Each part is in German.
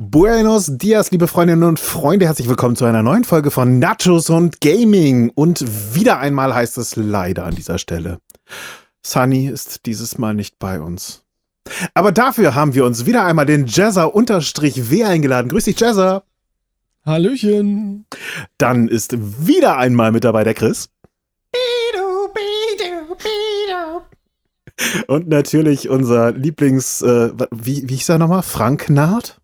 Buenos Dias, liebe Freundinnen und Freunde, herzlich willkommen zu einer neuen Folge von Nachos und Gaming. Und wieder einmal heißt es leider an dieser Stelle: Sunny ist dieses Mal nicht bei uns. Aber dafür haben wir uns wieder einmal den Jazzer_W eingeladen. Grüß dich, Jazzer. Hallöchen. Dann ist wieder einmal mit dabei der Chris. Und natürlich unser Lieblings, wie hieß er nochmal? Frank Naht?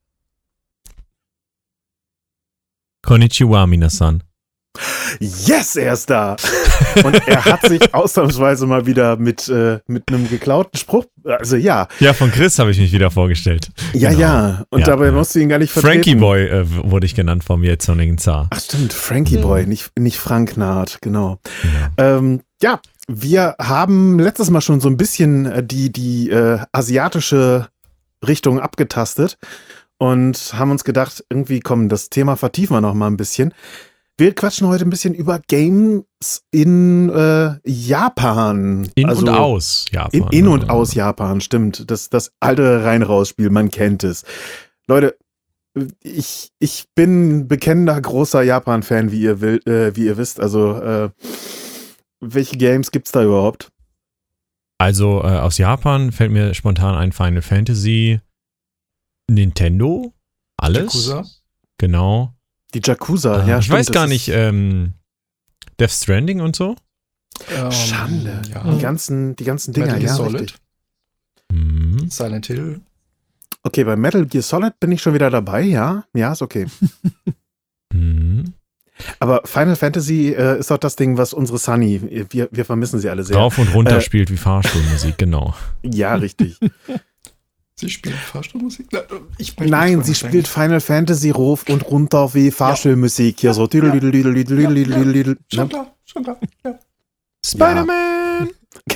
Konnichiwa, minasan. Yes, er ist da. Und er hat sich ausnahmsweise mal wieder mit einem geklauten Spruch, also ja. Ja, von Chris habe ich mich wieder vorgestellt. Ja, Genau. ja. Und Ja, dabei ja. musst du ihn gar nicht vertreten. Frankie Boy wurde ich genannt vom jetzigen Zar. Ach stimmt, Frankie Boy, nicht Frank Naht, genau. Ja. Ja, wir haben letztes Mal schon so ein bisschen die asiatische Richtung abgetastet und haben uns gedacht, irgendwie komm, das Thema vertiefen wir noch mal ein bisschen. Wir quatschen heute ein bisschen über Games in Japan. In und aus Japan. In und aus Japan, stimmt. Das alte Rein-Raus-Spiel, man kennt es. Leute, ich bin bekennender großer Japan-Fan, wie ihr wisst. Also, welche Games gibt's da überhaupt? Also aus Japan fällt mir spontan ein Final Fantasy, Nintendo, alles. Yakuza? Genau. Die Yakuza, ja, Ich stimmt. weiß gar nicht, Death Stranding und so? Schande. Ja. Die ganzen Dinger, Metal Gear ja, Solid, richtig. Mhm. Silent Hill. Okay, bei Metal Gear Solid bin ich schon wieder dabei, ja. Ja, ist okay. Mhm. Aber Final Fantasy ist doch das Ding, was unsere Sunny, wir vermissen sie alle sehr. Rauf und runter spielt wie Fahrstuhlmusik, genau. Ja, richtig. Sie spielt Fahrstuhlmusik? Nein, sie spielt Final Fantasy rauf und runter wie Fahrstuhlmusik. Hier so. Schon Ne? klar, schon klar. Ja. Spider-Man!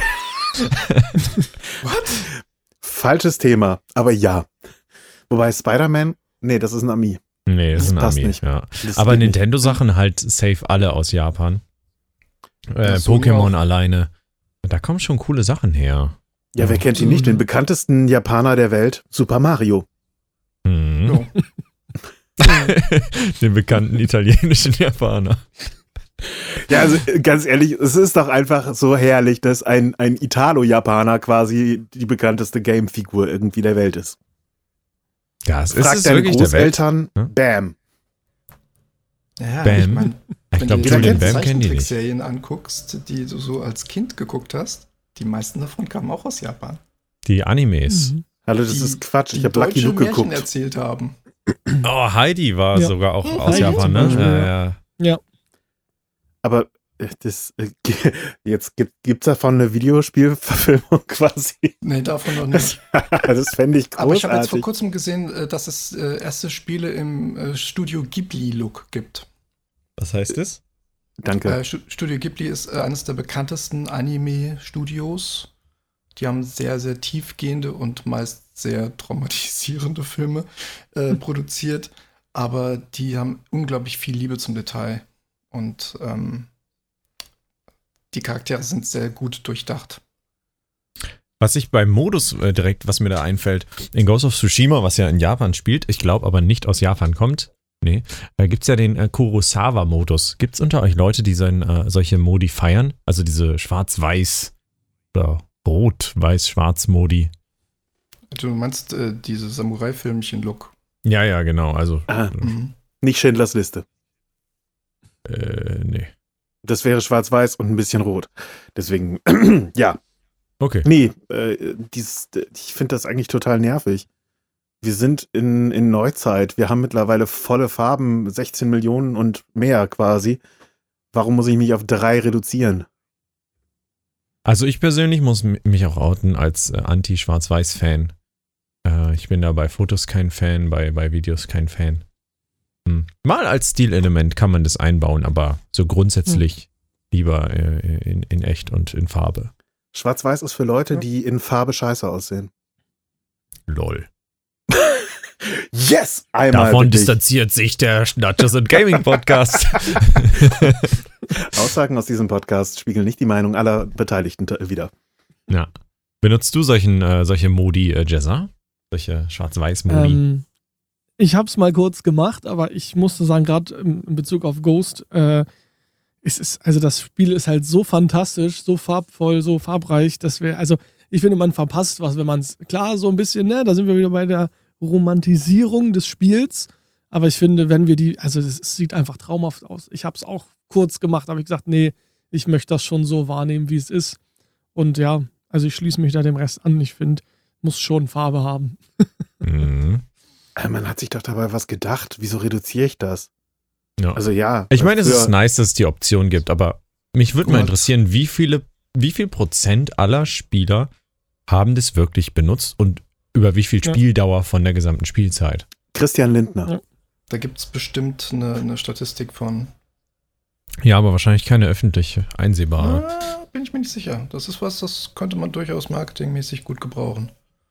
What? Falsches Thema, aber ja. Wobei Spider-Man, nee, das ist ein Ami. Nee, das ist ein passt Ami, nicht. ja. Das Aber geht nicht. Nintendo-Sachen halt safe alle aus Japan. Sony Pokémon auch. alleine. Da kommen schon coole Sachen her. Ja, wer kennt ihn nicht? Den bekanntesten Japaner der Welt, Super Mario. Mhm. Ja. Den bekannten italienischen Japaner. Ja, also ganz ehrlich, es ist doch einfach so herrlich, dass ein Italo-Japaner quasi die bekannteste Game-Figur irgendwie der Welt ist. Ja, es Frag ist deine wirklich der Welt. Großeltern, Ne? bam. Ja, Bam. ich meine, Ich wenn glaube, du jeder Julian kennt Bam kennen die nicht. Zeichentrickserien anguckst, die du so als Kind geguckt hast, die meisten davon kamen auch aus Japan. Die Animes. Hallo, das Die- ist Quatsch. Ich Die habe Lucky deutsche Luke Märchen geguckt. erzählt haben. Oh, Heidi war Ja. sogar auch aus Heidi Japan, zum ne? Beispiel, Ja. Ja, Aber jetzt gibt's davon eine Videospielverfilmung quasi. Nee, davon noch nicht. Das fände ich Aber ich habe jetzt vor großartig. kurzem gesehen, dass es erste Spiele im Studio Ghibli-Look gibt. Was heißt das? Danke. Studio Ghibli ist eines der bekanntesten Anime-Studios. Die haben sehr, sehr tiefgehende und meist sehr traumatisierende Filme produziert. Aber die haben unglaublich viel Liebe zum Detail. Und die Charaktere sind sehr gut durchdacht. Was ich beim Modus direkt, was mir da einfällt, in Ghost of Tsushima, was ja in Japan spielt, ich glaube aber nicht aus Japan kommt, nee, gibt es ja den Kurosawa-Modus. Gibt es unter euch Leute, die solche Modi feiern? Also diese Schwarz-Weiß oder Rot-Weiß-Schwarz-Modi? Du meinst diese Samurai-Filmchen-Look. Ja, genau, also Mhm. Nicht Schindlers Liste. nee. Das wäre schwarz-weiß und ein bisschen rot. Deswegen, ja. Okay. Nee, ich finde das eigentlich total nervig. Wir sind in Neuzeit. Wir haben mittlerweile volle Farben, 16 Millionen und mehr quasi. Warum muss ich mich auf 3 reduzieren? Also ich persönlich muss mich auch outen als Anti-Schwarz-Weiß-Fan. Ich bin da bei Fotos kein Fan, bei Videos kein Fan. Mal als Stilelement kann man das einbauen, aber so grundsätzlich lieber in echt und in Farbe. Schwarz-weiß ist für Leute, die in Farbe scheiße aussehen. Lol. Yes! Einmal Davon wirklich. distanziert sich der Nachos und Gaming Podcast. Aussagen aus diesem Podcast spiegeln nicht die Meinung aller Beteiligten wider. Ja. Benutzt du solche Modi, Jezza? Solche Schwarz-Weiß-Modi? Ich habe es mal kurz gemacht, aber ich musste sagen, gerade in Bezug auf Ghost, also das Spiel ist halt so fantastisch, so farbvoll, so farbreich, ich finde, man verpasst was, wenn man es, klar, so ein bisschen, ne, da sind wir wieder bei der Romantisierung des Spiels, aber ich finde, es sieht einfach traumhaft aus. Ich habe es auch kurz gemacht, habe ich gesagt, nee, ich möchte das schon so wahrnehmen, wie es ist. Und ja, also ich schließe mich da dem Rest an. Ich finde, muss schon Farbe haben. Man hat sich doch dabei was gedacht. Wieso reduziere ich das? Ja. Also ja. Ich meine, es ist nice, dass es die Option gibt, aber mich würde mal interessieren, wie viel Prozent aller Spieler haben das wirklich benutzt und über wie viel Spieldauer von der gesamten Spielzeit? Christian Lindner. Ja. Da gibt es bestimmt eine Statistik von. Ja, aber wahrscheinlich keine öffentlich einsehbare. Bin ich mir nicht sicher. Das ist was, das könnte man durchaus marketingmäßig gut gebrauchen.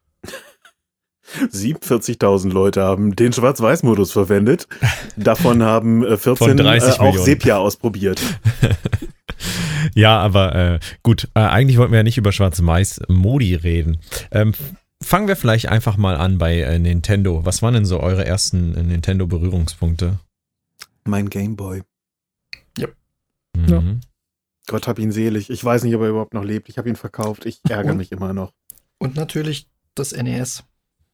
47.000 Leute haben den Schwarz-Weiß-Modus verwendet. Davon haben 14 auch Sepia ausprobiert. Ja, aber gut, eigentlich wollten wir ja nicht über Schwarz-Weiß-Modi reden. Fangen wir vielleicht einfach mal an bei Nintendo. Was waren denn so eure ersten Nintendo-Berührungspunkte? Mein Gameboy. Ja. Gott hab ihn selig. Ich weiß nicht, ob er überhaupt noch lebt. Ich habe ihn verkauft. Ich ärgere mich immer noch. Und natürlich das NES.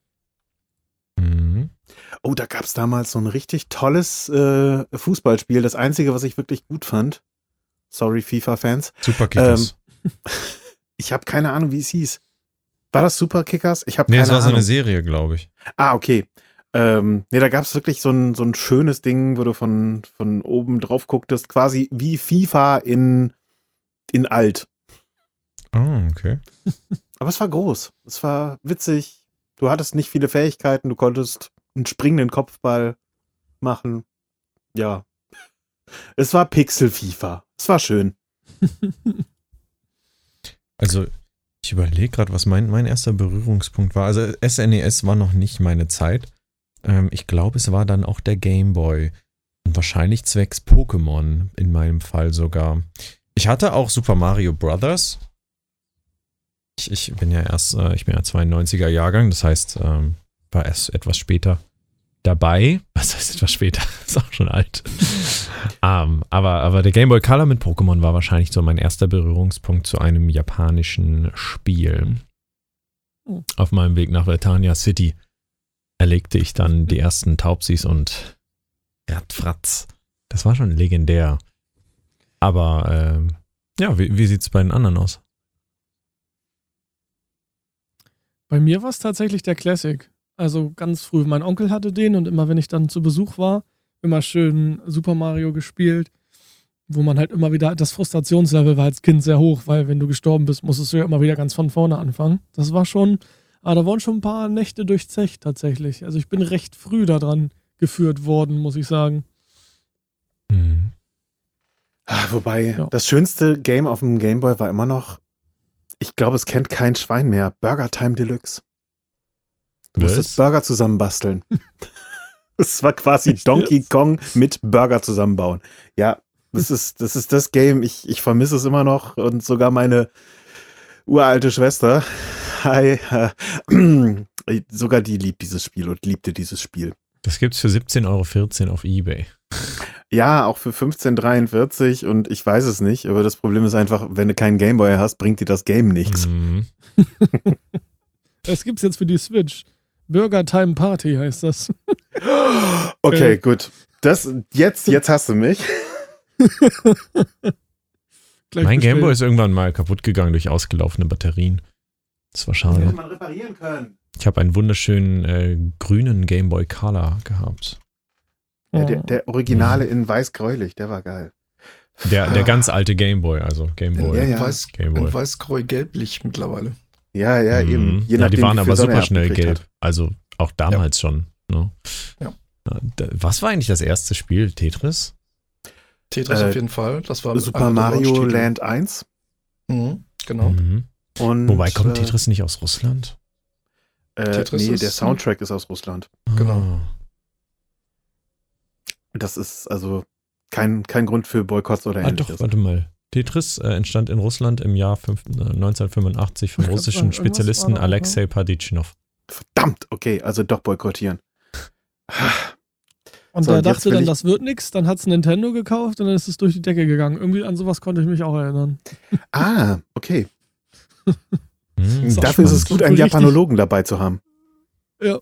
Oh, da gab es damals so ein richtig tolles Fußballspiel. Das einzige, was ich wirklich gut fand. Sorry, FIFA-Fans. Super Kickers. Ich habe keine Ahnung, wie es hieß. War das Super Kickers? Ich habe keine Ahnung. Nee, es war so eine Serie, glaube ich. Ah, okay. Da gab es wirklich so ein schönes Ding, wo du von oben drauf gucktest, quasi wie FIFA in alt. Oh, okay. Aber es war groß. Es war witzig. Du hattest nicht viele Fähigkeiten. Du konntest einen springenden Kopfball machen. Ja. Es war Pixel-FIFA. Es war schön. Also, ich überlege gerade, was mein erster Berührungspunkt war. Also, SNES war noch nicht meine Zeit. Ich glaube, es war dann auch der Game Boy. Und wahrscheinlich zwecks Pokémon in meinem Fall sogar. Ich hatte auch Super Mario Brothers. Ich bin ja 92er Jahrgang, das heißt, war erst etwas später dabei. Was heißt etwas später? Ist auch schon alt. Aber der Game Boy Color mit Pokémon war wahrscheinlich so mein erster Berührungspunkt zu einem japanischen Spiel. Auf meinem Weg nach Vertania City erlegte ich dann die ersten Taubsis und Erdfratz. Das war schon legendär. Aber wie sieht es bei den anderen aus? Bei mir war es tatsächlich der Classic. Also ganz früh. Mein Onkel hatte den und immer, wenn ich dann zu Besuch war, immer schön Super Mario gespielt, wo man halt immer wieder, das Frustrationslevel war als Kind sehr hoch, weil wenn du gestorben bist, musstest du ja immer wieder ganz von vorne anfangen. Das war schon, da waren schon ein paar Nächte durchzecht tatsächlich. Also ich bin recht früh daran geführt worden, muss ich sagen. Wobei, das schönste Game auf dem Game Boy war immer noch, ich glaube, es kennt kein Schwein mehr, Burger Time Deluxe. Du musstest Burger zusammenbasteln. Es war quasi Donkey Kong mit Burger zusammenbauen. Ja, das ist das Game. Ich vermisse es immer noch und sogar meine uralte Schwester, sogar die liebt dieses Spiel und liebte dieses Spiel. Das gibt's für 17,14 € auf eBay. Ja, auch für 15,43 und ich weiß es nicht, aber das Problem ist einfach, wenn du keinen Gameboy hast, bringt dir das Game nichts. Das gibt's jetzt für die Switch. Burger Time Party heißt das. Okay, gut. Jetzt hast du mich. Mein Gameboy ist irgendwann mal kaputt gegangen durch ausgelaufene Batterien. Das war schade. Hätte man reparieren können. Ich habe einen wunderschönen grünen Gameboy Color gehabt. Ja, der Originale in weiß-gräulich, der war geil. Der ganz alte Gameboy, also Gameboy. Ja. In weiß-grau-gelblich mittlerweile. Ja, eben. Je nachdem, die waren aber super Sonne schnell gelb. hat. Also auch damals schon. Ne? Ja. Was war eigentlich das erste Spiel? Tetris? Tetris auf jeden Fall. Das war Super Mario Land 1. Genau. Und, wobei, kommt Tetris nicht aus Russland? Nee, der Soundtrack ist aus Russland. Genau. Das ist also kein Grund für Boykotts oder ähnliches. Doch, warte mal. Tetris entstand in Russland im Jahr 1985 vom russischen Spezialisten Alexei Padichnov. Verdammt, okay, also doch boykottieren. Und So, der und jetzt dachte will dann, ich- das wird nix, dann hat's Nintendo gekauft und dann ist es durch die Decke gegangen. Irgendwie an sowas konnte ich mich auch erinnern. Ah, okay. Hm, So. Dafür ist es gut, einen Richtig- Japanologen dabei zu haben. Ja.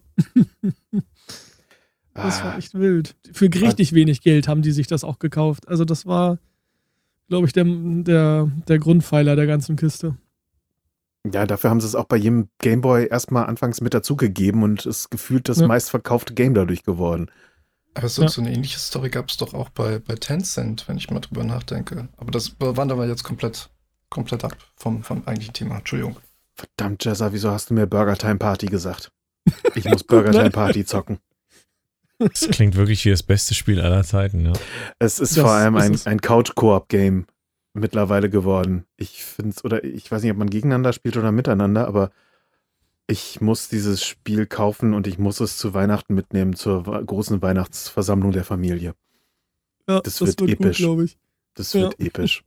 Das war Ah, echt wild. Für richtig wenig Geld haben die sich das auch gekauft. Also das war, glaube ich, der Grundpfeiler der ganzen Kiste. ja, dafür haben sie es auch bei jedem Gameboy erstmal anfangs mit dazugegeben und ist gefühlt das Ja. meistverkaufte Game dadurch geworden. Aber so, Ja. so eine ähnliche Story gab es doch auch bei Tencent, wenn ich mal drüber nachdenke. Aber das wandern wir jetzt komplett ab vom eigentlichen Thema. Entschuldigung. Verdammt, Jessa, wieso hast du mir Burger Time Party gesagt? Ich muss Burger Time Party zocken. Das klingt wirklich wie das beste Spiel aller Zeiten, ja. Es ist Das vor allem ist es. ein Couch-Koop-Game mittlerweile geworden. Ich finde es, oder ich weiß nicht, ob man gegeneinander spielt oder miteinander, aber ich muss dieses Spiel kaufen und ich muss es zu Weihnachten mitnehmen, zur großen Weihnachtsversammlung der Familie. Ja, Das wird gut, episch. glaube ich. Das Ja. wird episch.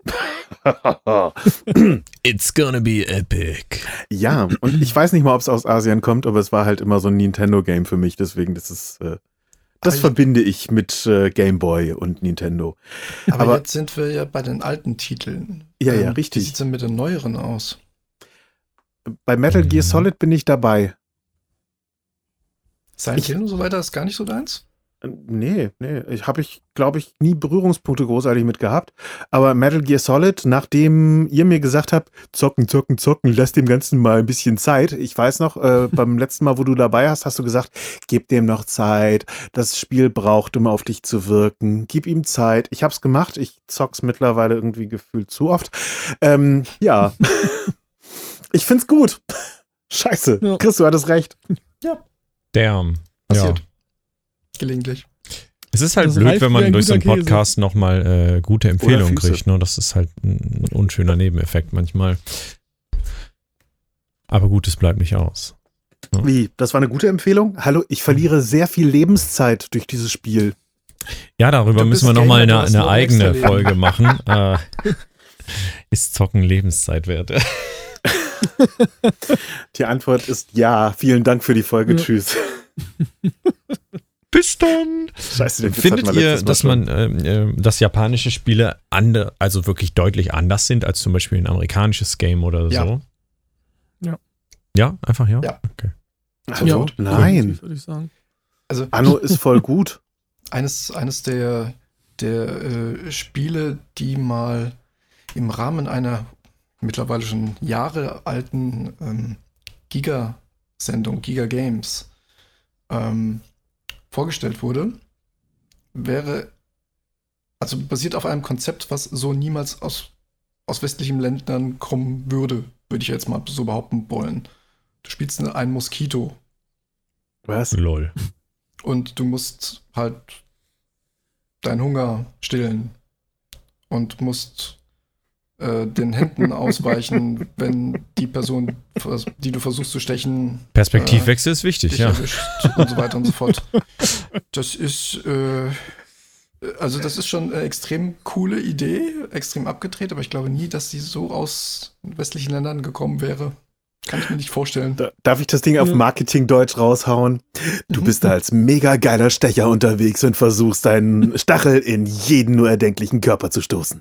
It's gonna be epic. Ja, und ich weiß nicht mal, ob es aus Asien kommt, aber es war halt immer so ein Nintendo-Game für mich, deswegen das Aber verbinde ich mit Game Boy und Nintendo. Aber Aber- jetzt sind wir ja bei den alten Titeln. Ja, ja, Wie richtig. sieht es denn mit den neueren aus? Bei Metal Gear Mhm. Solid bin ich dabei. Silent Ich- Hill und so weiter ist gar nicht so deins? Nee, habe ich, glaube ich, nie Berührungspunkte großartig mit gehabt. Aber Metal Gear Solid, nachdem ihr mir gesagt habt, zocken, lass dem Ganzen mal ein bisschen Zeit. Ich weiß noch, beim letzten Mal, wo du dabei hast du gesagt, gib dem noch Zeit. Das Spiel braucht, um auf dich zu wirken. Gib ihm Zeit. Ich hab's gemacht. Ich zock's mittlerweile irgendwie gefühlt zu oft. Ja. Ich find's gut. Scheiße. Ja. Chris, du hattest recht. Damn. Passiert. Ja. Gelegentlich. Es ist halt Das blöd, reift wenn wie man ein durch so einen guter Käse. Podcast nochmal gute Empfehlungen Füße. kriegt. Ne? Das ist halt ein unschöner Nebeneffekt manchmal. Aber gut, es bleibt nicht aus. Wie? Das war eine gute Empfehlung? Hallo, ich verliere sehr viel Lebenszeit durch dieses Spiel. Ja, darüber Du müssen bist wir nochmal Gamer, du hast eine nur ein eigene Extra-Leben. Folge machen. Ist Zocken Lebenszeit wert? Die Antwort ist ja. Vielen Dank für die Folge. Ja. Tschüss. Bis dann! Scheiße, den Witz Findet hatten wir ihr, letztes Mal dass schon. dass japanische Spiele also wirklich deutlich anders sind als zum Beispiel ein amerikanisches Game oder Ja. so? Ja. Ja, einfach ja? Ja. Okay. Also, Ja, nein. definitiv, würde ich sagen. Also Anno ist voll gut. eines der Spiele, die mal im Rahmen einer mittlerweile schon Jahre alten Giga-Sendung, Giga Games, vorgestellt wurde, also basiert auf einem Konzept, was so niemals aus westlichen Ländern kommen würde ich jetzt mal so behaupten wollen. Du spielst einen Moskito Was? Lol. und du musst halt deinen Hunger stillen und musst den Händen ausweichen, wenn die Person, die du versuchst zu stechen, Perspektivwechsel ist wichtig, dich ja. erwischt und so weiter und so fort. Das ist also das ist schon eine extrem coole Idee, extrem abgedreht, aber ich glaube nie, dass sie so aus westlichen Ländern gekommen wäre. Kann ich mir nicht vorstellen. Darf ich das Ding auf Ja. Marketing-Deutsch raushauen? Du bist da als mega geiler Stecher unterwegs und versuchst deinen Stachel in jeden nur erdenklichen Körper zu stoßen.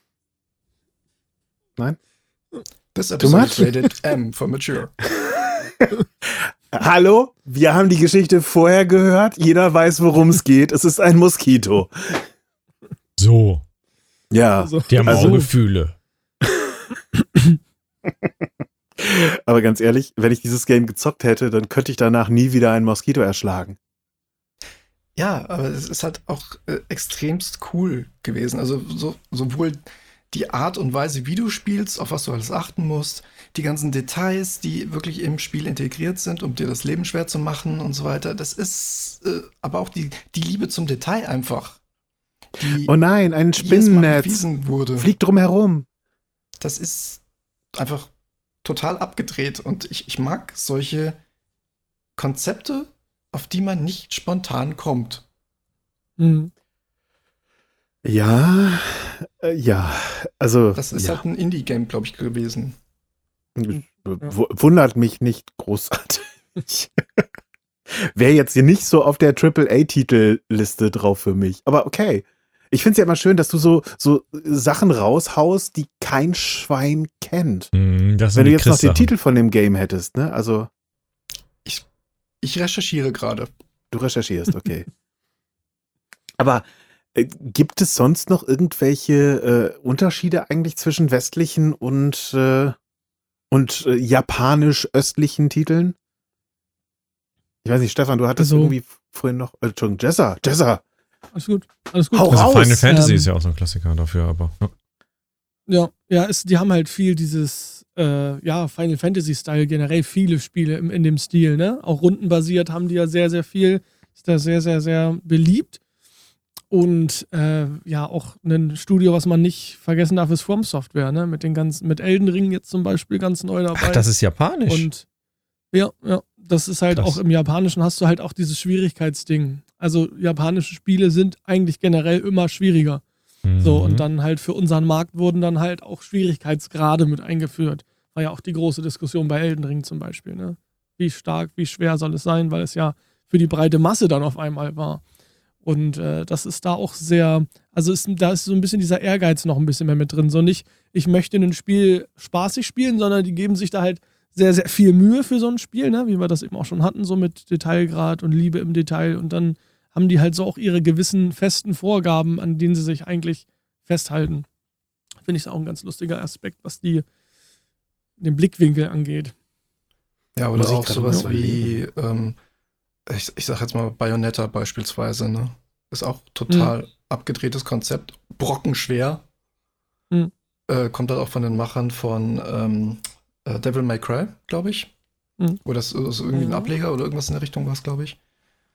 This Too episode much? is rated M for mature. Hallo? Wir haben die Geschichte vorher gehört. Jeder weiß, worum es geht. Es ist ein Moskito. So, Ja, Also, die haben Also- auch Gefühle. aber ganz ehrlich, wenn ich dieses Game gezockt hätte, dann könnte ich danach nie wieder einen Moskito erschlagen. Ja, aber es ist halt auch extremst cool gewesen. Also sowohl die Art und Weise, wie du spielst, auf was du alles achten musst, die ganzen Details, die wirklich im Spiel integriert sind, um dir das Leben schwer zu machen und so weiter. Das ist aber auch die Liebe zum Detail einfach, die Oh nein, ein jedes Mal Spinnennetz. bewiesen wurde. Fliegt drum herum. Das ist einfach total abgedreht und ich mag solche Konzepte, auf die man nicht spontan kommt. Mhm. Ja, ja, also Das ist ja. halt ein Indie-Game, glaube ich, gewesen. Wundert mich nicht großartig. Wäre jetzt hier nicht so auf der AAA-Titelliste drauf für mich. Aber okay. Ich finde es ja immer schön, dass du so Sachen raushaust, die kein Schwein kennt. Das Wenn du jetzt noch den Chris-Sachen. Titel von dem Game hättest, ne? Also, Ich recherchiere gerade. du recherchierst, okay. Aber gibt es sonst noch irgendwelche Unterschiede eigentlich zwischen westlichen und japanisch-östlichen Titeln? Ich weiß nicht, Stefan, du hattest Also- irgendwie vorhin noch, Entschuldigung, Jezza. Alles gut. Alles gut. Hau Also raus! Final Fantasy Ähm, ist ja auch so ein Klassiker dafür, aber. Ja. Die haben halt viel dieses, Final Fantasy-Style, generell viele Spiele in dem Stil, ne? Auch rundenbasiert haben die ja sehr, sehr viel. Ist da sehr, sehr, sehr beliebt. Und auch ein Studio, was man nicht vergessen darf, ist From Software, ne? Mit Elden Ring jetzt zum Beispiel ganz neu dabei. Ach, das ist japanisch. Und ja, das ist halt Krass. auch im Japanischen hast du halt auch dieses Schwierigkeitsding. Also japanische Spiele sind eigentlich generell immer schwieriger. So, und dann halt für unseren Markt wurden dann halt auch Schwierigkeitsgrade mit eingeführt. War ja auch die große Diskussion bei Elden Ring zum Beispiel, ne? Wie stark, wie schwer soll es sein, weil es ja für die breite Masse dann auf einmal war. Und das ist da auch sehr, da ist so ein bisschen dieser Ehrgeiz noch ein bisschen mehr mit drin. So nicht, ich möchte ein Spiel spaßig spielen, sondern die geben sich da halt sehr, sehr viel Mühe für so ein Spiel, ne? Wie wir das eben auch schon hatten, so mit Detailgrad und Liebe im Detail. Und dann haben die halt so auch ihre gewissen festen Vorgaben, an denen sie sich eigentlich festhalten. Finde ich auch ein ganz lustiger Aspekt, was den Blickwinkel angeht. Ja, oder Muss ich auch grad sowas mal wie, ich sag jetzt mal Bayonetta beispielsweise, ne? Ist auch total abgedrehtes Konzept, brockenschwer. Mhm. Kommt halt auch von den Machern von Devil May Cry, glaube ich. Mhm. Oder das ist irgendwie ein Mhm. Ableger oder irgendwas in der Richtung war es, glaube ich.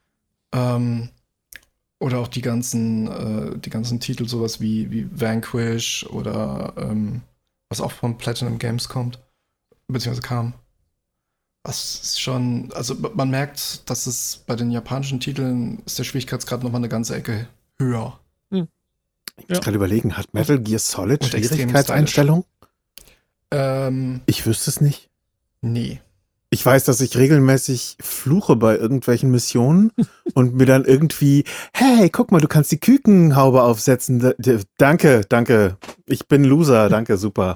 Oder auch die ganzen Titel, sowas wie Vanquish oder was auch von Platinum Games kommt, beziehungsweise kam. Das ist schon, also man merkt, dass es bei den japanischen Titeln ist der Schwierigkeitsgrad nochmal eine ganze Ecke höher. Ich muss gerade überlegen, hat Metal Gear Solid Und extrem Schwierigkeitseinstellungen? Ähm, Ich wüsste es nicht. nee. Ich weiß, dass ich regelmäßig fluche bei irgendwelchen Missionen und mir dann irgendwie, hey, guck mal, du kannst die Kükenhaube aufsetzen. Danke. Ich bin Loser. Danke, super.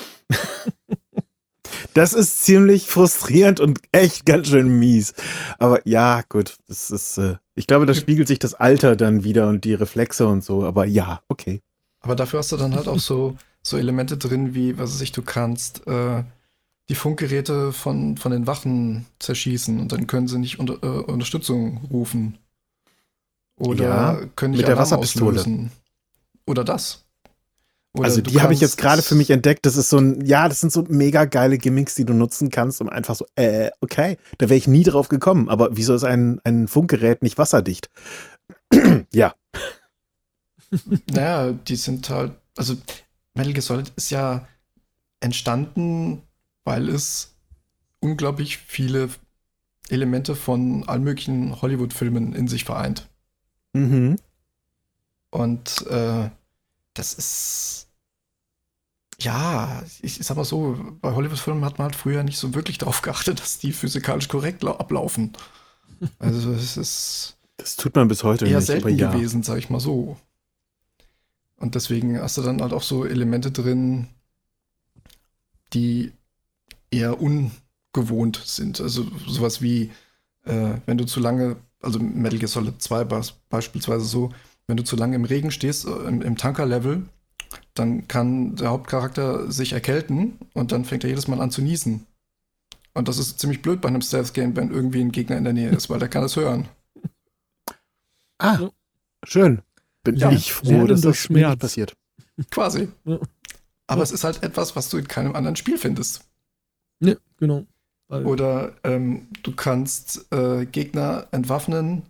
Das ist ziemlich frustrierend und echt ganz schön mies. Aber ja, gut, das ist, ich glaube, da spiegelt sich das Alter dann wieder und die Reflexe und so. Aber ja, okay. Aber dafür hast du dann halt auch so Elemente drin, wie, was weiß ich, du kannst die Funkgeräte von den Wachen zerschießen und dann können sie nicht Unterstützung rufen. Oder Ja, können nicht mit der Alarm Wasserpistole. auslösen. Oder das. Oder Also du die habe ich jetzt kannst- gerade für mich entdeckt. Das ist so das sind so mega geile Gimmicks, die du nutzen kannst, um einfach so, okay, da wäre ich nie drauf gekommen. Aber wieso ist ein Funkgerät nicht wasserdicht? Ja. Naja, die sind halt, also Metal Gear Solid ist ja entstanden, weil es unglaublich viele Elemente von allen möglichen Hollywood-Filmen in sich vereint. Mhm. Und das ist, ja, ich sag mal so, bei Hollywood-Filmen hat man halt früher nicht so wirklich darauf geachtet, dass die physikalisch korrekt ablaufen. Also es ist Das tut man bis heute eher nicht. selten Aber ja. gewesen, sag ich mal so. Und deswegen hast du dann halt auch so Elemente drin, die eher ungewohnt sind. Also sowas wie, wenn du zu lange, also Metal Gear Solid 2 war es beispielsweise so, wenn du zu lange im Regen stehst, im Tanker-Level, dann kann der Hauptcharakter sich erkälten und dann fängt er jedes Mal an zu niesen. Und das ist ziemlich blöd bei einem Stealth-Game, wenn irgendwie ein Gegner in der Nähe ist, weil der kann es hören. Ah, schön. Bin Ja. ich froh, Lernen dass durch das mir nicht Schmerz. passiert. Quasi. Ja. Aber es ist halt etwas, was du in keinem anderen Spiel findest. Ne, genau. Weil, Oder du kannst Gegner entwaffnen,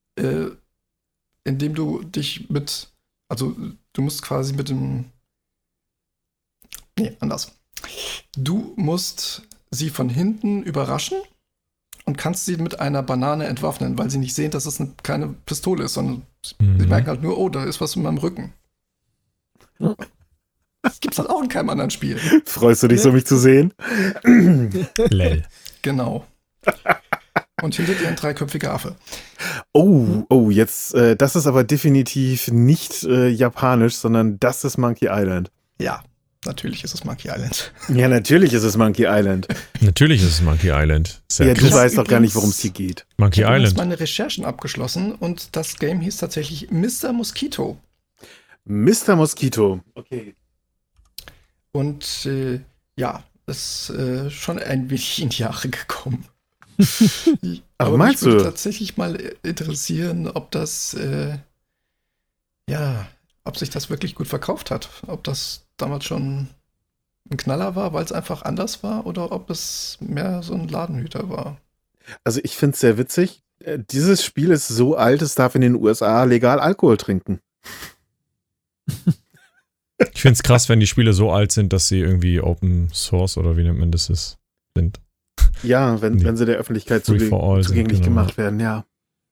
indem du dich also du musst quasi anders. Du musst sie von hinten überraschen und kannst sie mit einer Banane entwaffnen, weil sie nicht sehen, dass es keine Pistole ist, sondern sie merken halt nur, oh, da ist was in meinem Rücken. Ja. Das gibt's halt auch in keinem anderen Spiel. Freust du dich so, mich zu sehen? Lell. Genau. Und hinter dir ein dreiköpfiger Affe. Oh, jetzt, das ist aber definitiv nicht japanisch, sondern das ist Monkey Island. Ja, natürlich ist es Monkey Island. Ja, natürlich ist es Monkey Island. Natürlich ist es Monkey Island. Sehr Ja, cool. du weißt doch gar nicht, worum es hier geht. Monkey Ich habe jetzt Island. meine Recherchen abgeschlossen und das Game hieß tatsächlich Mr. Mosquito. Mr. Mosquito. Okay. Und ja, ist schon ein wenig in die Jahre gekommen. Aber mich meinst würde du? tatsächlich mal interessieren, ob das, ob sich das wirklich gut verkauft hat. Ob das damals schon ein Knaller war, weil es einfach anders war, oder ob es mehr so ein Ladenhüter war. Also ich finde es sehr witzig. Dieses Spiel ist so alt, es darf in den USA legal Alkohol trinken. Ich finde es krass, wenn die Spiele so alt sind, dass sie irgendwie Open Source oder wie nennt man das sind. Ja, wenn sie der Öffentlichkeit Free for all zugänglich sind, genau. gemacht werden, ja.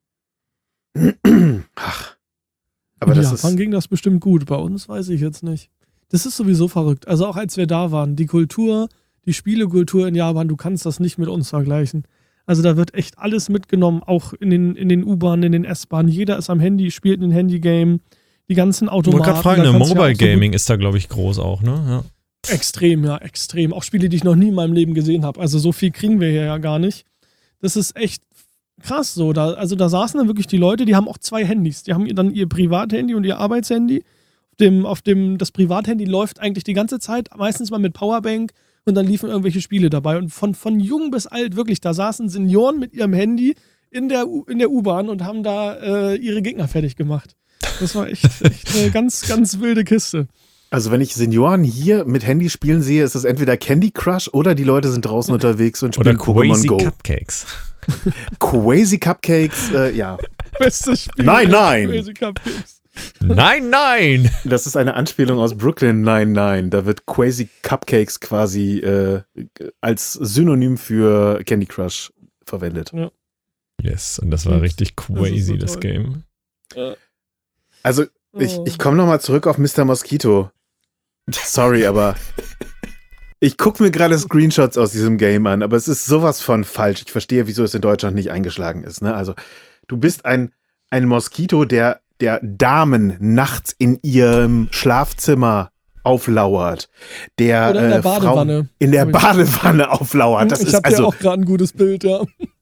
Ach. Aber Aber in das Japan ist. ging das bestimmt gut. Bei uns weiß ich jetzt nicht. Das ist sowieso verrückt. Also auch als wir da waren, die Kultur, die Spielekultur in Japan, du kannst das nicht mit uns vergleichen. Also da wird echt alles mitgenommen, auch in den U-Bahnen, in den S-Bahnen. Jeder ist am Handy, spielt ein Handy-Game. Die ganzen Ich Automaten. wollte gerade fragen, da kannst du ja Mobile auch so gut- Gaming ist da, glaube ich, groß auch, ne? Ja. Extrem, ja, extrem. Auch Spiele, die ich noch nie in meinem Leben gesehen habe. Also so viel kriegen wir hier ja gar nicht. Das ist echt krass so. Da saßen dann wirklich die Leute, die haben auch 2 Handys. Die haben dann ihr Privathandy und ihr Arbeitshandy. Das Privathandy läuft eigentlich die ganze Zeit, meistens mal mit Powerbank, und dann liefen irgendwelche Spiele dabei. Und von jung bis alt, wirklich, da saßen Senioren mit ihrem Handy in der U-Bahn und haben da ihre Gegner fertig gemacht. Das war echt eine ganz, ganz wilde Kiste. Also wenn ich Senioren hier mit Handy spielen sehe, ist es entweder Candy Crush oder die Leute sind draußen unterwegs und Oder spielen Pokémon Crazy Go. Cupcakes. Crazy Cupcakes, ja. Bestes Spiel. Nein, nein. Crazy Cupcakes. Nein, nein! Das ist eine Anspielung aus Brooklyn Nine-Nine. Da wird Crazy Cupcakes quasi als Synonym für Candy Crush verwendet. Yes, und das war richtig crazy, so das toll. Game. Also ich komme nochmal zurück auf Mr. Mosquito. Sorry, aber ich gucke mir gerade Screenshots aus diesem Game an, aber es ist sowas von falsch. Ich verstehe, wieso es in Deutschland nicht eingeschlagen ist. Ne? Also du bist ein Moskito, der Damen nachts in ihrem Schlafzimmer auflauert. Der, Oder in der Badewanne. Frauen in der Badewanne auflauert. Das ich ist habe also, ja auch gerade ein gutes Bild, ja.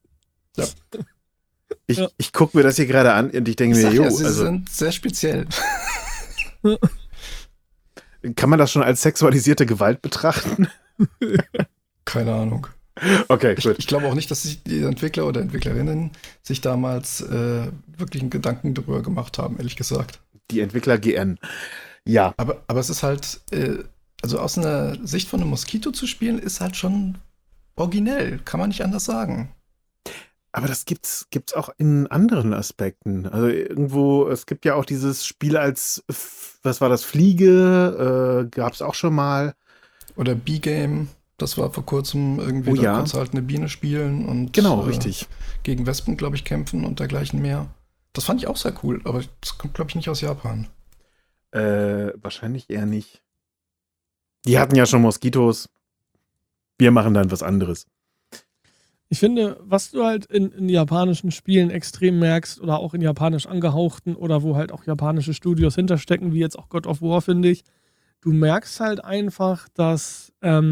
ich gucke mir das hier gerade an und ich denke Ich mir, sag jo, ja, sie also sind sehr speziell. kann man das schon als sexualisierte Gewalt betrachten? Keine Ahnung. Okay, gut. Ich glaube auch nicht, dass sich die Entwickler oder Entwicklerinnen sich damals wirklich einen Gedanken darüber gemacht haben, ehrlich gesagt. Die Entwickler GN. Ja. Aber es ist halt, also aus einer Sicht von einem Moskito zu spielen, ist halt schon originell, kann man nicht anders sagen. Aber das gibt's auch in anderen Aspekten. Also irgendwo, es gibt ja auch dieses Spiel als, was war das, Fliege, gab's auch schon mal. Oder B-Game, das war vor kurzem irgendwie, Oh da ja. konntest du halt eine Biene spielen und Genau, richtig. gegen Wespen, glaube ich, kämpfen und dergleichen mehr. Das fand ich auch sehr cool, aber das kommt, glaube ich, nicht aus Japan. Wahrscheinlich eher nicht. Die hatten ja schon Moskitos. Wir machen dann was anderes. Ich finde, was du halt in japanischen Spielen extrem merkst oder auch in japanisch angehauchten oder wo halt auch japanische Studios hinterstecken, wie jetzt auch God of War, finde ich, du merkst halt einfach, dass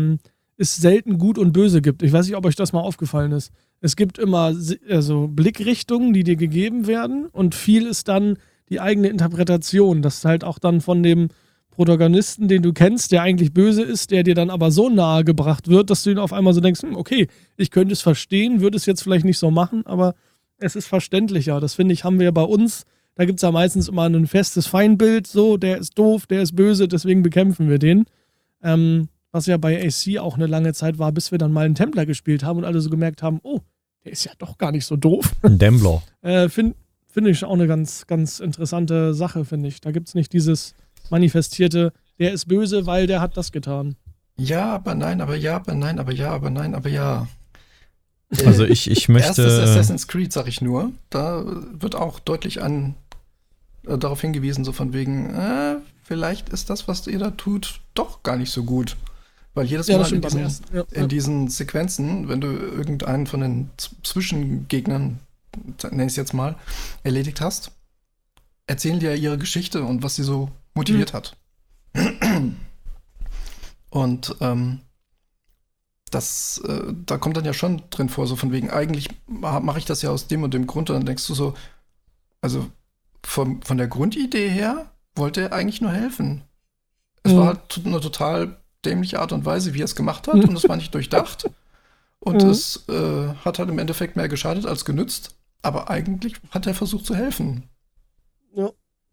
es selten Gut und Böse gibt. Ich weiß nicht, ob euch das mal aufgefallen ist. Es gibt immer Blickrichtungen, die dir gegeben werden und viel ist dann die eigene Interpretation, dass halt auch dann von dem Protagonisten, den du kennst, der eigentlich böse ist, der dir dann aber so nahe gebracht wird, dass du ihn auf einmal so denkst, okay, ich könnte es verstehen, würde es jetzt vielleicht nicht so machen, aber es ist verständlicher. Das finde ich, haben wir ja bei uns. Da gibt es ja meistens immer ein festes Feindbild, so, der ist doof, der ist böse, deswegen bekämpfen wir den. Was ja bei AC auch eine lange Zeit war, bis wir dann mal einen Templar gespielt haben und alle so gemerkt haben, oh, der ist ja doch gar nicht so doof. Ein Dembler. Finde ich auch eine ganz, ganz interessante Sache, finde ich. Da gibt es nicht dieses manifestierte, der ist böse, weil der hat das getan. Ja, aber nein, aber ja, aber nein, aber ja, aber nein, aber ja. Also ich möchte... Erstes Assassin's Creed, sag ich nur, da wird auch deutlich darauf hingewiesen, so von wegen, vielleicht ist das, was ihr da tut, doch gar nicht so gut. Weil jedes Ja, Mal das stimmt beim ersten. Ja, in diesen Sequenzen, wenn du irgendeinen von den Zwischengegnern, nenn ich es jetzt mal, erledigt hast, erzählen die ja ihre Geschichte und was sie so motiviert hat. Und da kommt dann ja schon drin vor, so von wegen, eigentlich mache ich das ja aus dem und dem Grund. Und dann denkst du so, also von der Grundidee her wollte er eigentlich nur helfen. Es war halt eine total dämliche Art und Weise, wie er es gemacht hat, und es war nicht durchdacht. Und es hat halt im Endeffekt mehr geschadet als genützt. Aber eigentlich hat er versucht zu helfen. Ja.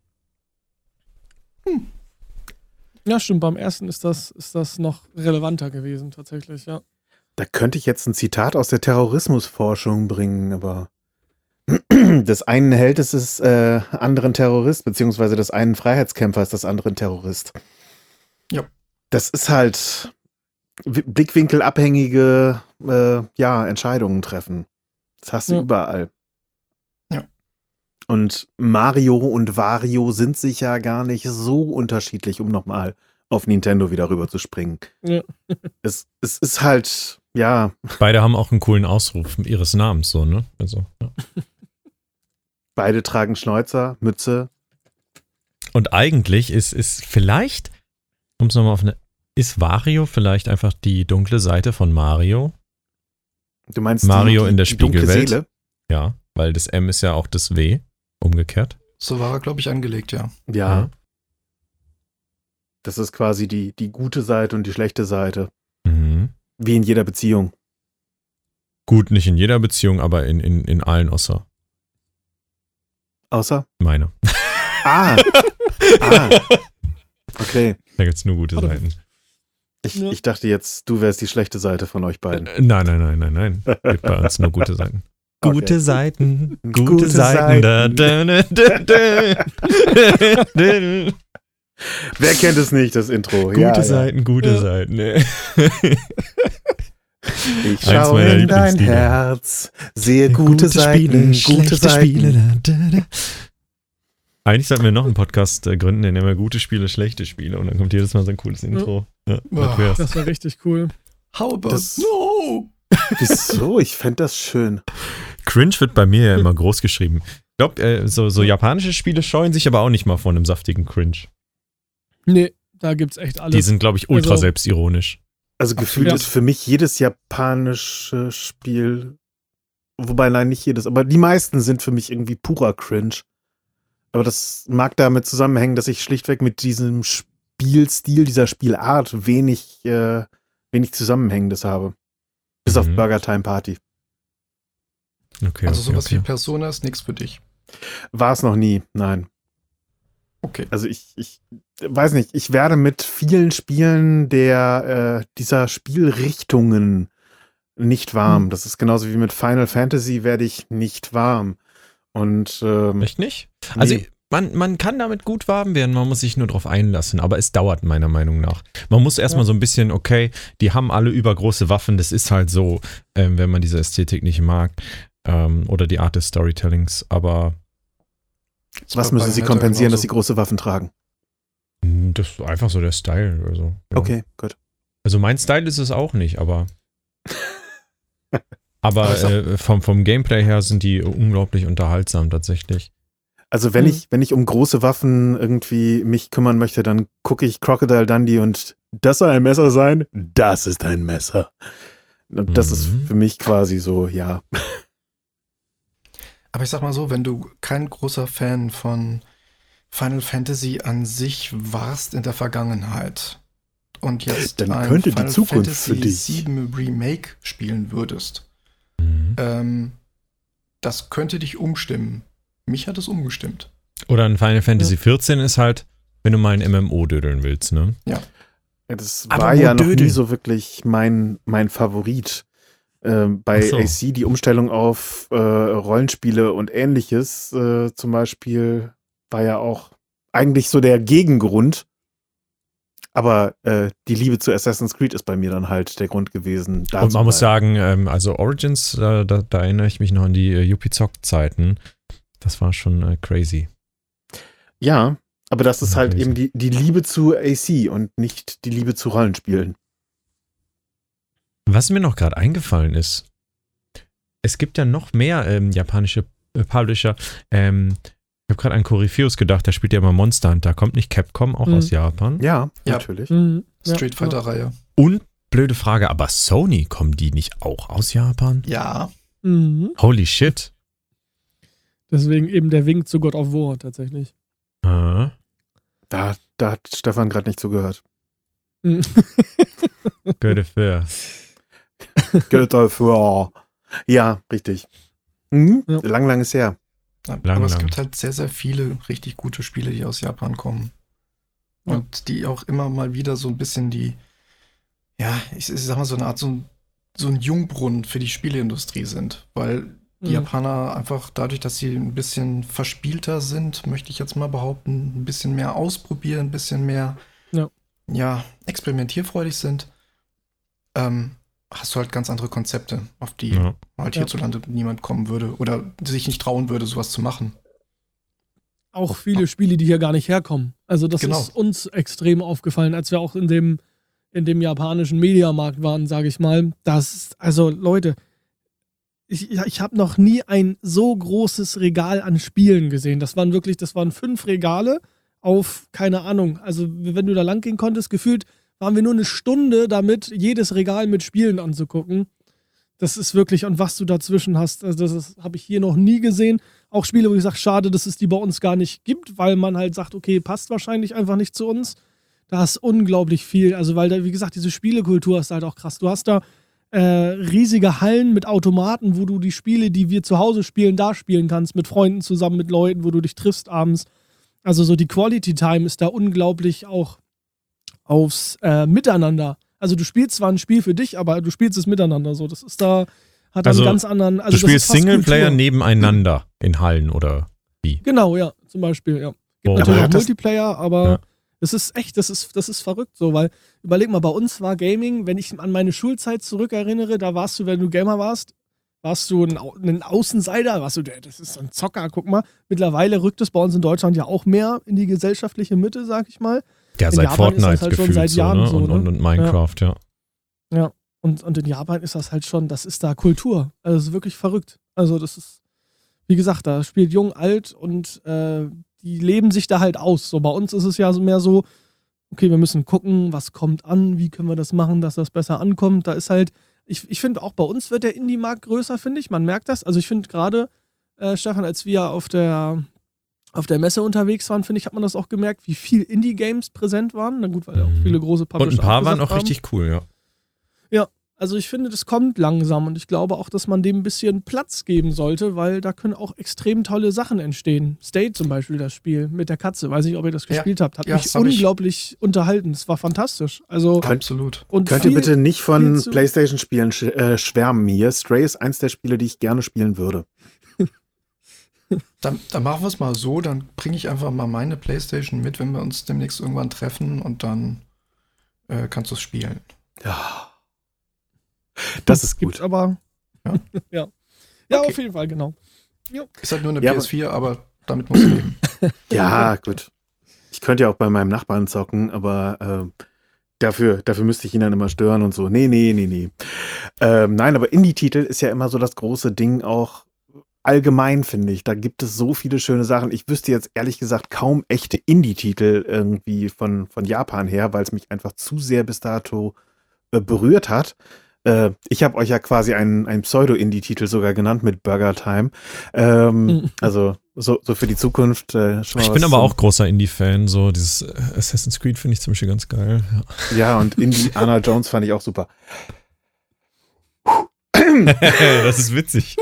Ja, stimmt. Beim ersten ist das noch relevanter gewesen, tatsächlich, ja. Da könnte ich jetzt ein Zitat aus der Terrorismusforschung bringen, aber des einen Heldes ist anderen Terrorist, beziehungsweise des einen Freiheitskämpfers des anderen Terrorist. Ja. Das ist halt blickwinkelabhängige Entscheidungen treffen. Das hast du überall. Ja. Und Mario und Wario sind sich ja gar nicht so unterschiedlich, um nochmal auf Nintendo wieder rüber zu springen. Ja. Es ist halt, ja. Beide haben auch einen coolen Ausruf ihres Namens, so, ne? Also, ja. Beide tragen Schnäuzer, Mütze. Und eigentlich ist vielleicht, um es nochmal ist Wario vielleicht einfach die dunkle Seite von Mario? Du meinst Mario die in der dunkle Spiegelwelt? Seele? Ja, weil das M ist ja auch das W, umgekehrt. So war er, glaube ich, angelegt, ja. Ja. Das ist quasi die gute Seite und die schlechte Seite. Mhm. Wie in jeder Beziehung. Gut, nicht in jeder Beziehung, aber in allen außer Außer? meiner. Ah. Okay. Da gibt es nur gute Seiten. Ich dachte jetzt, du wärst die schlechte Seite von euch beiden. Nein. Gibt bei uns nur gute Seiten. Okay. Gute Seiten. Gute Seiten. Wer kennt es nicht, das Intro? Gute Seiten. Nee. Ich schaue in dein Herz, sehe gute Seiten, gute Seiten. Eigentlich sollten wir noch einen Podcast gründen, in dem wir gute Spiele, schlechte Spiele, und dann kommt jedes Mal so ein cooles Intro. Ja, das wär's. Das war richtig cool. How about no? Wieso? Ich fände das schön. Cringe wird bei mir ja immer groß geschrieben. Ich glaube, so japanische Spiele scheuen sich aber auch nicht mal vor einem saftigen Cringe. Nee, da gibt's echt alles. Die sind, glaube ich, ultra Also- selbstironisch. Also gefühlt Ja. ist für mich jedes japanische Spiel, wobei nein, nicht jedes, aber die meisten sind für mich irgendwie purer Cringe. Aber das mag damit zusammenhängen, dass ich schlichtweg mit diesem Spielstil, dieser Spielart wenig Zusammenhängendes habe. Bis auf Burger Time Party. Okay, Also sowas okay. wie Persona ist nichts für dich. War es noch nie, nein. Okay. Also ich weiß nicht, ich werde mit vielen Spielen dieser Spielrichtungen nicht warm. Das ist genauso wie mit Final Fantasy werde ich nicht warm. Und Echt nicht? Also nee. man kann damit gut warm werden, man muss sich nur drauf einlassen, aber es dauert meiner Meinung nach. Man muss erstmal so ein bisschen, okay, die haben alle übergroße Waffen, das ist halt so, wenn man diese Ästhetik nicht mag, oder die Art des Storytellings, aber Was müssen sie kompensieren, dass sie große Waffen tragen? das ist einfach so der Style. Also, ja. Okay, gut. Also mein Style ist es auch nicht, aber vom Gameplay her sind die unglaublich unterhaltsam tatsächlich. Also wenn ich um große Waffen irgendwie mich kümmern möchte, dann gucke ich Crocodile Dundee und das soll ein Messer sein? Das ist ein Messer. Und das ist für mich quasi so, ja. Aber ich sag mal so, wenn du kein großer Fan von Final Fantasy an sich warst in der Vergangenheit und jetzt Dann ein könnte die Final Zukunft Fantasy für dich. 7 Remake spielen würdest, das könnte dich umstimmen. Mich hat es umgestimmt. Oder ein Final Fantasy 14 ist halt, wenn du mal ein MMO dödeln willst, ne? Ja. Das Aber war ja noch Dödel. nie so wirklich mein Favorit. Bei Ach so. AC die Umstellung auf Rollenspiele und ähnliches zum Beispiel war ja auch eigentlich so der Gegengrund. Aber die Liebe zu Assassin's Creed ist bei mir dann halt der Grund gewesen. da Und zu man muss bleiben. sagen, also Origins, da erinnere ich mich noch an die Yuppie-Zock-Zeiten. Das war schon crazy. Ja, aber das ist halt Crazy. eben die Liebe zu AC und nicht die Liebe zu Rollenspielen. Was mir noch gerade eingefallen ist, es gibt ja noch mehr japanische Publisher. Ich habe gerade an Corypheus gedacht, der spielt ja immer Monster Hunter. Kommt nicht Capcom auch aus Japan? Ja, Ja. natürlich. Mhm. Street Fighter-Reihe. Und, blöde Frage, aber Sony, kommen die nicht auch aus Japan? Ja. Mhm. Holy shit. Deswegen eben der Wink zu God of War tatsächlich. Ah. Da hat Stefan gerade nicht zugehört. Mhm. Good fair. Ja, richtig. Mhm. Ja. Lang ist her. Aber es lang. gibt halt sehr, sehr viele richtig gute Spiele, die aus Japan kommen. Ja. Und die auch immer mal wieder so ein bisschen ich sag mal, so eine Art, so ein Jungbrunnen für die Spieleindustrie sind. Weil die Japaner einfach dadurch, dass sie ein bisschen verspielter sind, möchte ich jetzt mal behaupten, ein bisschen mehr ausprobieren, ein bisschen mehr experimentierfreudig sind, hast du halt ganz andere Konzepte, auf die halt hierzulande niemand kommen würde oder sich nicht trauen würde, sowas zu machen. Auch viele Spiele, die hier gar nicht herkommen. Also das ist uns extrem aufgefallen, als wir auch in dem japanischen Mediamarkt waren, sage ich mal. Also Leute, ich habe noch nie ein so großes Regal an Spielen gesehen. Das waren 5 Regale auf, keine Ahnung, also wenn du da lang gehen konntest, gefühlt waren wir nur eine Stunde damit, jedes Regal mit Spielen anzugucken. Das ist wirklich, und was du dazwischen hast, also das habe ich hier noch nie gesehen. Auch Spiele, wo ich sage, schade, dass es die bei uns gar nicht gibt, weil man halt sagt, okay, passt wahrscheinlich einfach nicht zu uns. Da ist unglaublich viel, also weil da, wie gesagt, diese Spielekultur ist halt auch krass. Du hast da riesige Hallen mit Automaten, wo du die Spiele, die wir zu Hause spielen, da spielen kannst, mit Freunden zusammen, mit Leuten, wo du dich triffst abends. Also so die Quality Time ist da unglaublich auch aufs Miteinander. Also du spielst zwar ein Spiel für dich, aber du spielst es miteinander. So, das ist da, hat einen ganz anderen. Also du spielst das ist Singleplayer Kultur. nebeneinander in Hallen oder wie? Genau, ja, zum Beispiel, ja. Gibt Oh. natürlich Aber auch das- Multiplayer, aber Ja. das ist echt, das ist verrückt so, weil überleg mal, bei uns war Gaming, wenn ich an meine Schulzeit zurückerinnere, da warst du, wenn du Gamer warst du ein Außenseiter, das ist so ein Zocker, guck mal. Mittlerweile rückt es bei uns in Deutschland ja auch mehr in die gesellschaftliche Mitte, sag ich mal. Ja, In seit Japan ist Fortnite das halt schon gefühlt seit so, Jahren ne? so, ne? Und Minecraft, ja. Ja, und in Japan ist das halt schon, das ist da Kultur. Also das ist wirklich verrückt. Also das ist, wie gesagt, da spielt jung, alt und die leben sich da halt aus. So bei uns ist es ja mehr so, okay, wir müssen gucken, was kommt an, wie können wir das machen, dass das besser ankommt. Da ist halt, ich finde auch bei uns wird der Indie-Markt größer, finde ich. Man merkt das. Also ich finde gerade, Stefan, als wir auf der Messe unterwegs waren, finde ich, hat man das auch gemerkt, wie viel Indie-Games präsent waren. Na gut, weil ja auch viele große Publisher Und ein paar waren abgesagt auch haben. richtig cool, ja. Ja, also ich finde, das kommt langsam und ich glaube auch, dass man dem ein bisschen Platz geben sollte, weil da können auch extrem tolle Sachen entstehen. Stay zum Beispiel, das Spiel mit der Katze. Weiß nicht, ob ihr das gespielt habt. Hat mich das hab ich. unglaublich unterhalten. Es war fantastisch. Also, Absolut. und Könnt ihr bitte nicht von viel zu- PlayStation-Spielen schwärmen hier? Stray ist eins der Spiele, die ich gerne spielen würde. Dann machen wir es mal so, dann bringe ich einfach mal meine Playstation mit, wenn wir uns demnächst irgendwann treffen und dann kannst du es spielen. Ja. Das ist Gibt gut. Ja. aber. Ja, ja Okay. auf jeden Fall, genau. Ist halt nur eine Ja, PS4, aber damit musst du leben. Ja, gut. Ich könnte ja auch bei meinem Nachbarn zocken, aber dafür müsste ich ihn dann immer stören und so. Nee. Nein, aber Indie-Titel ist ja immer so das große Ding auch allgemein, finde ich. Da gibt es so viele schöne Sachen. Ich wüsste jetzt ehrlich gesagt kaum echte Indie-Titel irgendwie von Japan her, weil es mich einfach zu sehr bis dato berührt hat. Ich habe euch ja quasi einen Pseudo-Indie-Titel sogar genannt mit Burger Time. Also so für die Zukunft. Schon mal Ich was bin aber zum- auch großer Indie-Fan, so dieses Assassin's Creed finde ich zum Beispiel ganz geil. Ja. Ja, und Indiana Jones fand ich auch super. Das ist witzig.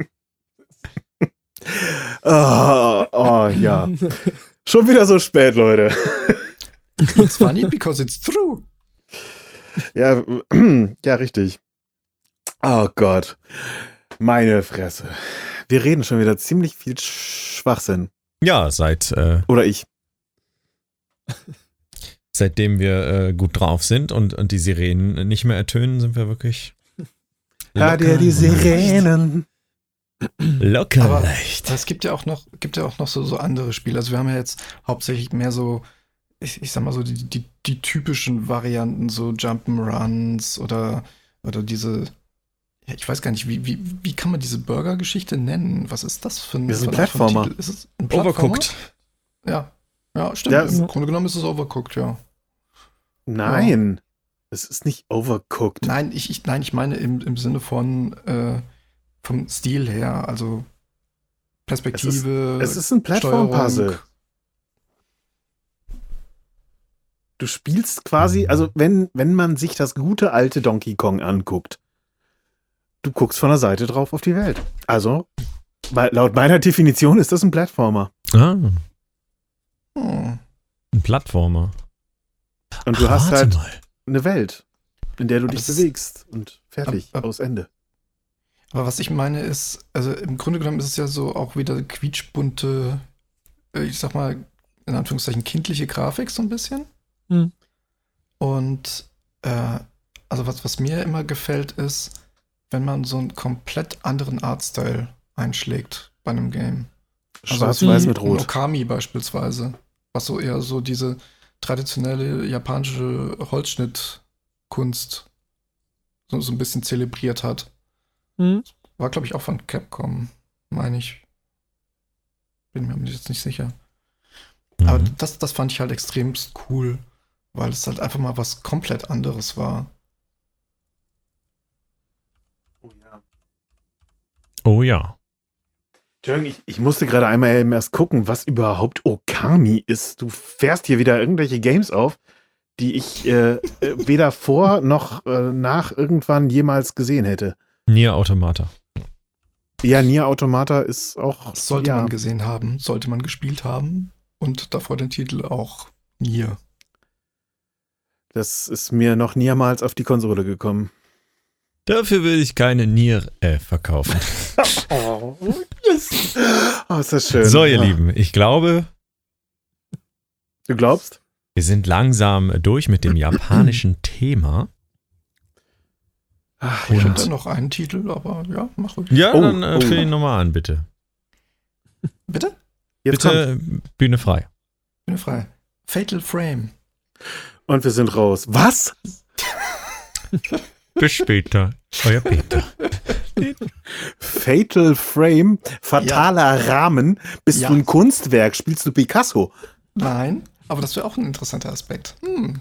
Oh, ja. Schon wieder so spät, Leute. It's funny because it's true. Ja, ja, richtig. Oh Gott. Meine Fresse. Wir reden schon wieder ziemlich viel Schwachsinn. Ja, Oder ich. seitdem wir gut drauf sind und die Sirenen nicht mehr ertönen, sind wir wirklich Hört ihr die Sirenen? locker Aber leicht. es gibt ja auch noch so andere Spiele. Also wir haben ja jetzt hauptsächlich mehr so, ich sag mal so, die typischen Varianten, so Jump'n'Runs oder Oder diese, ja, ich weiß gar nicht, wie kann man diese Burger-Geschichte nennen? Was ist das für ein, Das ist ein für eine Art von Plattformer. Titel? Ist es ein Plattformer? Overcooked. Ja. Ja, stimmt. Ja, Im Grunde genommen ist es Overcooked, ja. Nein, es ist nicht overcooked. Nein, ich meine im Sinne von vom Stil her, also Perspektive. Es ist ein Plattform-Puzzle. Steuerung. Du spielst quasi, also wenn man sich das gute alte Donkey Kong anguckt, du guckst von der Seite drauf auf die Welt. Also, laut meiner Definition ist das ein Plattformer. Ah, Hm. ein Plattformer. Und du hast halt mal. eine Welt, in der du Aber dich es- bewegst und fertig, Aber- aus Ende. Aber was ich meine ist, also im Grunde genommen ist es ja so auch wieder quietschbunte, ich sag mal, in Anführungszeichen kindliche Grafik so ein bisschen. Hm. Und also was mir immer gefällt ist, wenn man so einen komplett anderen Artstyle einschlägt bei einem Game. Schwarz-Weiß mit Ein Rot. Okami beispielsweise, was so eher so diese traditionelle japanische Holzschnittkunst so ein bisschen zelebriert hat. Hm? War, glaube ich, auch von Capcom, meine ich. Bin mir jetzt nicht sicher. Aber Mhm. das fand ich halt extremst cool, weil es halt einfach mal was komplett anderes war. Oh ja. Entschuldigung, ich musste gerade einmal eben erst gucken, was überhaupt Okami ist. Du fährst hier wieder irgendwelche Games auf, die ich weder vor noch nach irgendwann jemals gesehen hätte. Nier Automata. Ja, Nier Automata ist auch. Das sollte ja, man gesehen haben, sollte man gespielt haben und davor den Titel auch Nier. das ist mir noch niemals auf die Konsole gekommen. Dafür will ich keine Nier verkaufen. Oh, yes. Oh, ist das schön. So, ihr Ja. Lieben, ich glaube, Du glaubst? wir sind langsam durch mit dem japanischen Thema. Ach, Ich ja. habe da noch einen Titel, aber ja, mach ruhig. Ja, Oh, dann oh. füll ihn nochmal an, bitte. Bitte? Jetzt kommt. Bitte, Bühne frei. Bin frei. Fatal Frame. Und wir sind raus. Was? Bis später. Euer Peter. Fatal Frame, fataler Rahmen. Bist Ja. du ein Kunstwerk? Spielst du Picasso? Nein, aber das wäre auch ein interessanter Aspekt.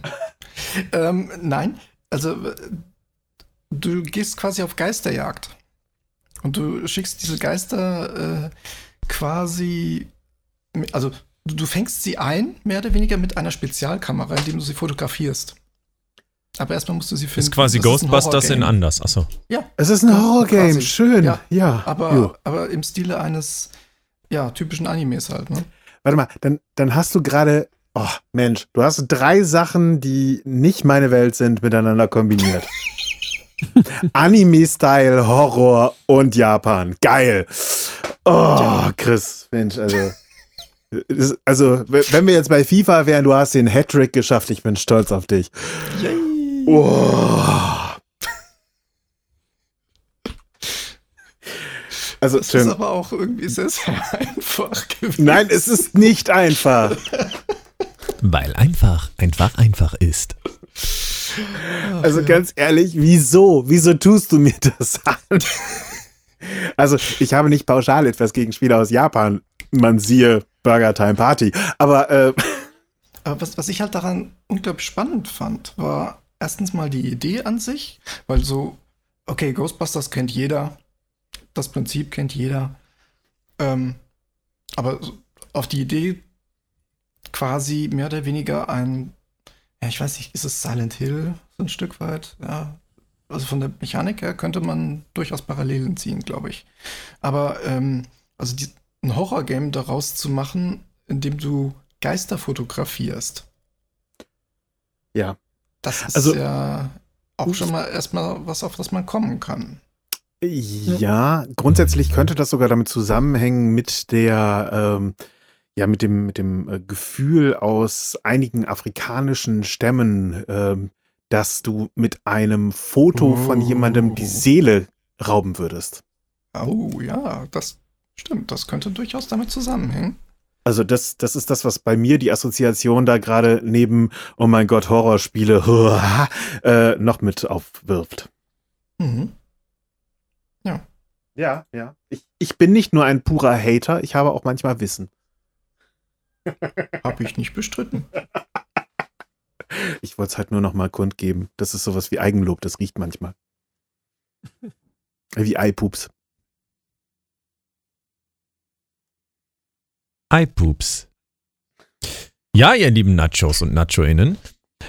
Nein, also du gehst quasi auf Geisterjagd. Und du schickst diese Geister quasi, also du fängst sie ein, mehr oder weniger mit einer Spezialkamera, indem du sie fotografierst. Aber erstmal musst du sie finden. Ist quasi Das ein Ghostbusters in Horrorgame. anders. Achso. Ja, Es ist ein Horrorgame. quasi. Schön. Ja. Ja. Jo. aber im Stile eines, ja, typischen Animes halt, ne? Warte mal, dann hast du gerade. Oh, Mensch, du hast 3 Sachen, die nicht meine Welt sind, miteinander kombiniert. Anime-Style, Horror und Japan. Geil. Oh, Chris, Mensch, also, wenn wir jetzt bei FIFA wären, du hast den Hattrick geschafft, ich bin stolz auf dich. Yay! Oh. Also, Das ist schön. aber auch irgendwie sehr, sehr einfach gewesen. Nein, es ist nicht einfach. Weil einfach ist. Also ganz ehrlich, wieso? Wieso tust du mir das an? Also ich habe nicht pauschal etwas gegen Spiele aus Japan. Man siehe Burger Time Party. Aber Aber was ich halt daran unglaublich spannend fand, war erstens mal die Idee an sich, weil so, okay, Ghostbusters kennt jeder, das Prinzip kennt jeder, aber so auf die Idee quasi mehr oder weniger ein, ja, ich weiß nicht, ist es Silent Hill so ein Stück weit? Ja, also von der Mechanik her könnte man durchaus Parallelen ziehen, glaube ich. Aber also ein Horrorgame daraus zu machen, indem du Geister fotografierst. ja. Das ist Also- ja auch schon mal erstmal was, auf das man kommen kann. Ja, grundsätzlich könnte das sogar damit zusammenhängen mit der, mit dem Gefühl aus einigen afrikanischen Stämmen, dass du mit einem Foto von jemandem die Seele rauben würdest. Oh ja, das stimmt. Das könnte durchaus damit zusammenhängen. Also das ist das, was bei mir die Assoziation da gerade neben, oh mein Gott, Horrorspiele noch mit aufwirft. Mhm. Ja. Ich bin nicht nur ein purer Hater, ich habe auch manchmal Wissen. Habe ich nicht bestritten. Ich wollte es halt nur noch mal kundgeben. Das ist sowas wie Eigenlob, das riecht manchmal. Wie Eipups. iPoops. Ja, ihr lieben Nachos und Nachoinnen.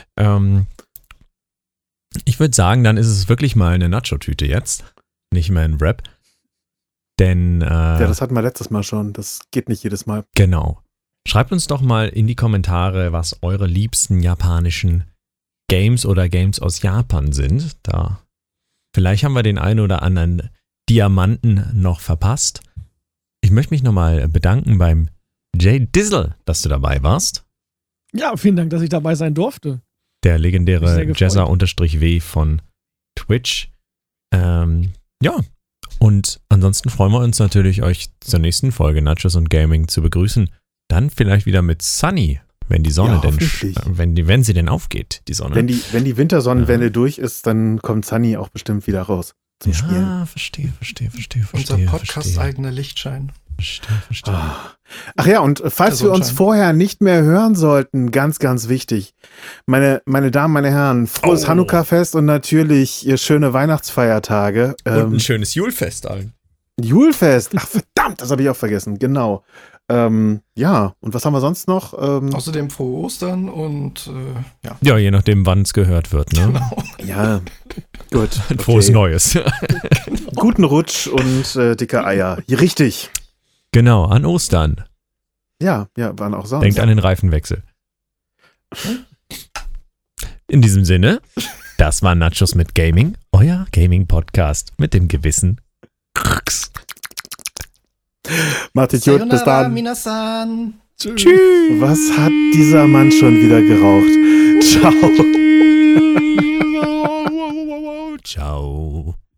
Ich würde sagen, dann ist es wirklich mal eine Nacho-Tüte jetzt. Nicht mehr ein Wrap. Denn, Ja, das hatten wir letztes Mal schon. Das geht nicht jedes Mal. genau. Schreibt uns doch mal in die Kommentare, was eure liebsten japanischen Games oder Games aus Japan sind. Da vielleicht haben wir den einen oder anderen Diamanten noch verpasst. Ich möchte mich nochmal bedanken beim Jay Dizzle, dass du dabei warst. Ja, vielen Dank, dass ich dabei sein durfte. Der Mich legendäre sehr gefreut. Jazza-W von Twitch. Ja, und ansonsten freuen wir uns natürlich, euch zur nächsten Folge Nachos und Gaming zu begrüßen. Dann vielleicht wieder mit Sunny, wenn die Sonne Ja, denn, hoffentlich. wenn sie denn aufgeht, die Sonne. Wenn die Wintersonnenwende durch ist, dann kommt Sunny auch bestimmt wieder raus zum Spielen. Ja, verstehe. Unser Podcast-eigener Lichtschein. Verstehe. Ach ja, und falls wir uns Sonnenschein. vorher nicht mehr hören sollten, ganz, ganz wichtig, meine Damen, meine Herren, frohes Hanukkah-Fest und natürlich ihr schöne Weihnachtsfeiertage. Und ein schönes Julfest allen. Julfest. Ach verdammt, das habe ich auch vergessen. Genau. Ja, und was haben wir sonst noch? Außerdem frohe Ostern und ja. Ja, je nachdem, wann es gehört wird. Ne? Genau. Ja, gut. Ein frohes okay. Neues. Guten Rutsch und dicke Eier. Ja, richtig. Genau, an Ostern. Ja, waren auch sonst. Denkt an den Reifenwechsel. In diesem Sinne, das war Nachos mit Gaming, euer Gaming-Podcast mit dem gewissen Krux. Macht es gut, bis Sayonara, dann. Minasan. Tschüss. Was hat dieser Mann schon wieder geraucht? Ciao. Ciao.